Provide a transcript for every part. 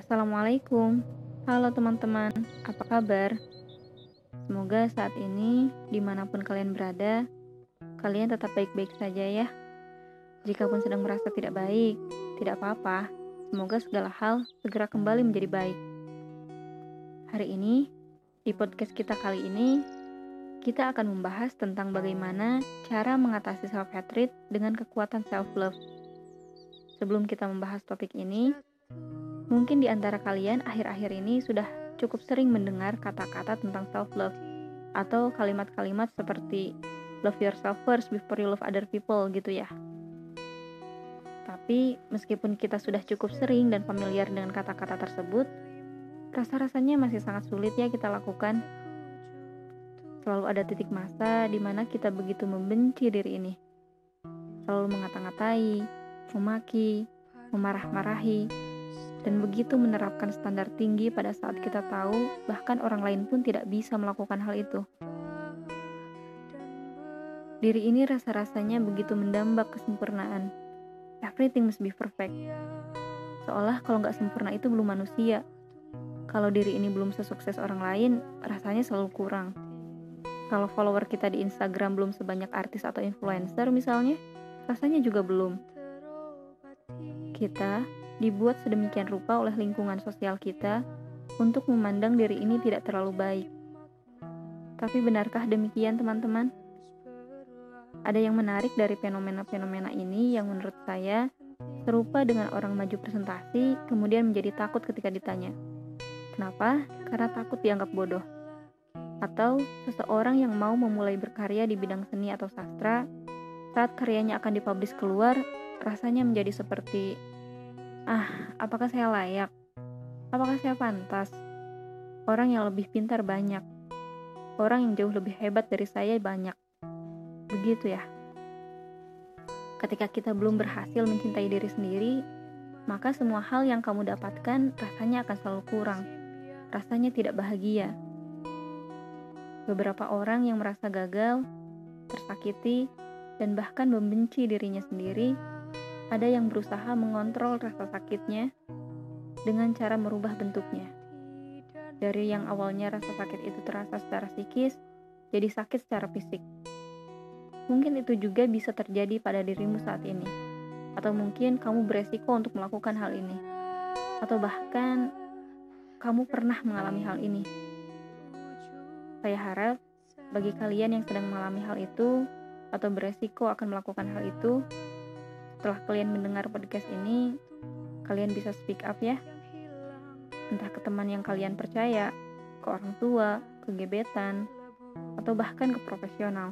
Assalamualaikum. Halo teman-teman, apa kabar? Semoga saat ini, dimanapun kalian berada, kalian tetap baik-baik saja ya. Jikapun sedang merasa tidak baik, tidak apa-apa. Semoga segala hal segera kembali menjadi baik. Hari ini, di podcast kita kali ini, kita akan membahas tentang bagaimana cara mengatasi self-hatred dengan kekuatan self-love. Sebelum kita membahas topik ini, mungkin di antara kalian akhir-akhir ini sudah cukup sering mendengar kata-kata tentang self-love atau kalimat-kalimat seperti love yourself first before you love other people gitu ya. Tapi meskipun kita sudah cukup sering dan familiar dengan kata-kata tersebut, rasa-rasanya masih sangat sulit ya kita lakukan. Selalu ada titik masa di mana kita begitu membenci diri ini. Selalu mengata-ngatai, memaki, memarah-marahi, dan begitu menerapkan standar tinggi pada saat kita tahu bahkan orang lain pun tidak bisa melakukan hal itu. Diri ini rasa-rasanya begitu mendambak kesempurnaan. Everything must be perfect. Seolah kalau nggak sempurna itu belum manusia. Kalau diri ini belum sesukses orang lain, rasanya selalu kurang. Kalau follower kita di Instagram belum sebanyak artis atau influencer misalnya, rasanya juga belum. Kita dibuat sedemikian rupa oleh lingkungan sosial kita untuk memandang diri ini tidak terlalu baik. Tapi benarkah demikian teman-teman? Ada yang menarik dari fenomena-fenomena ini yang menurut saya serupa dengan orang maju presentasi kemudian menjadi takut ketika ditanya. Kenapa? Karena takut dianggap bodoh. Atau seseorang yang mau memulai berkarya di bidang seni atau sastra, saat karyanya akan dipublish keluar, rasanya menjadi seperti, apakah saya layak? Apakah saya pantas? Orang yang lebih pintar banyak. Orang yang jauh lebih hebat dari saya banyak. Begitu ya. Ketika kita belum berhasil mencintai diri sendiri, maka semua hal yang kamu dapatkan rasanya akan selalu kurang. Rasanya tidak bahagia. Beberapa orang yang merasa gagal, tersakiti, dan bahkan membenci dirinya sendiri, ada yang berusaha mengontrol rasa sakitnya dengan cara merubah bentuknya. Dari yang awalnya rasa sakit itu terasa secara psikis, jadi sakit secara fisik. Mungkin itu juga bisa terjadi pada dirimu saat ini. Atau mungkin kamu beresiko untuk melakukan hal ini. Atau bahkan kamu pernah mengalami hal ini. Saya harap bagi kalian yang sedang mengalami hal itu atau beresiko akan melakukan hal itu, setelah kalian mendengar podcast ini, kalian bisa speak up ya. Entah ke teman yang kalian percaya, ke orang tua, ke gebetan, atau bahkan ke profesional.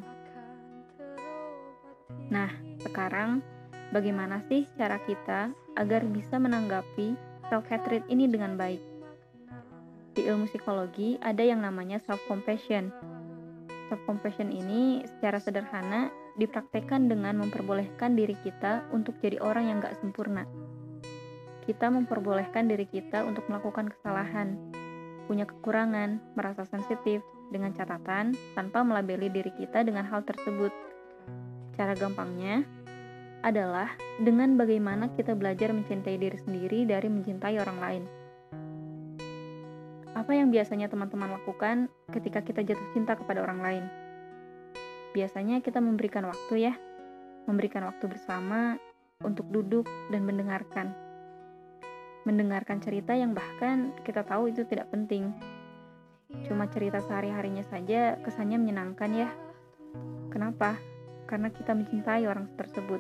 Nah, sekarang bagaimana sih cara kita agar bisa menanggapi self-hatred ini dengan baik? Di ilmu psikologi ada yang namanya self-compassion. Self-compassion ini secara sederhana dipraktekkan dengan memperbolehkan diri kita untuk jadi orang yang gak sempurna. Kita memperbolehkan diri kita untuk melakukan kesalahan, punya kekurangan, merasa sensitif, dengan catatan tanpa melabeli diri kita dengan hal tersebut. Cara gampangnya adalah dengan bagaimana kita belajar mencintai diri sendiri dari mencintai orang lain. Apa yang biasanya teman-teman lakukan ketika kita jatuh cinta kepada orang lain? Biasanya kita memberikan waktu ya, memberikan waktu bersama untuk duduk dan mendengarkan. Mendengarkan cerita yang bahkan kita tahu itu tidak penting. Cuma cerita sehari-harinya saja kesannya menyenangkan ya. Kenapa? Karena kita mencintai orang tersebut.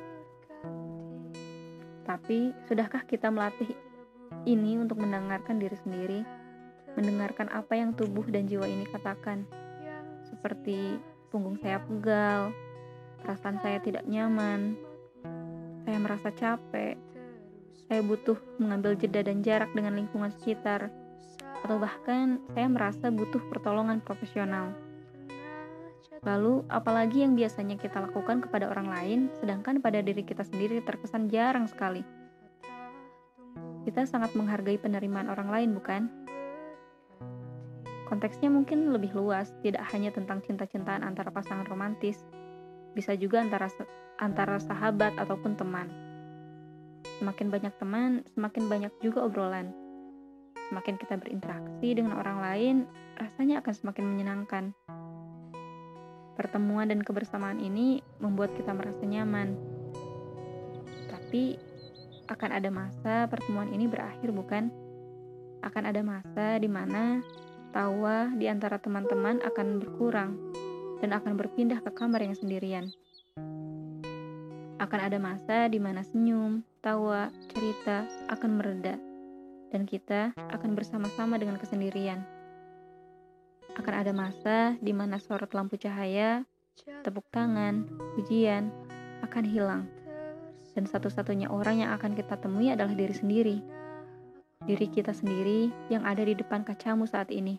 Tapi, sudahkah kita melatih ini untuk mendengarkan diri sendiri? Mendengarkan apa yang tubuh dan jiwa ini katakan, seperti punggung saya pegal, perasaan saya tidak nyaman, saya merasa capek, saya butuh mengambil jeda dan jarak dengan lingkungan sekitar, atau bahkan saya merasa butuh pertolongan profesional. Lalu, apalagi yang biasanya kita lakukan kepada orang lain, sedangkan pada diri kita sendiri terkesan jarang sekali. Kita sangat menghargai penerimaan orang lain, bukan? Konteksnya mungkin lebih luas, tidak hanya tentang cinta-cintaan antara pasangan romantis, bisa juga antara sahabat ataupun teman. Semakin banyak teman, semakin banyak juga obrolan. semakin kita berinteraksi dengan orang lain, rasanya akan semakin menyenangkan. Pertemuan dan kebersamaan ini membuat kita merasa nyaman. Tapi, akan ada masa pertemuan ini berakhir, bukan? Akan ada masa di mana tawa di antara teman-teman akan berkurang dan akan berpindah ke kamar yang sendirian. Akan ada masa di mana senyum, tawa, cerita akan mereda dan kita akan bersama-sama dengan kesendirian. Akan ada masa di mana sorot lampu cahaya, tepuk tangan, pujian akan hilang. Dan satu-satunya orang yang akan kita temui adalah diri sendiri. Diri kita sendiri yang ada di depan kacamu saat ini.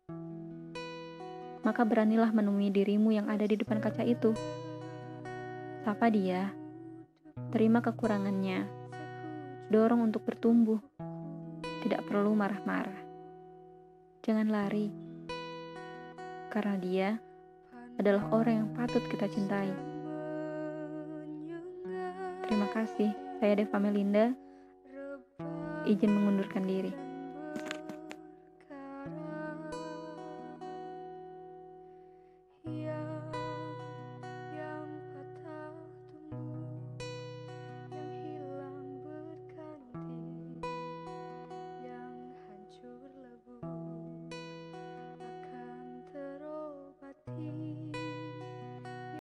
Maka beranilah menemui dirimu yang ada di depan kaca itu. Sapa dia. Terima kekurangannya. Dorong untuk bertumbuh. Tidak perlu marah-marah. Jangan lari. Karena dia adalah orang yang patut kita cintai. Terima kasih. Saya Deva Melinda. Izin mengundurkan diri.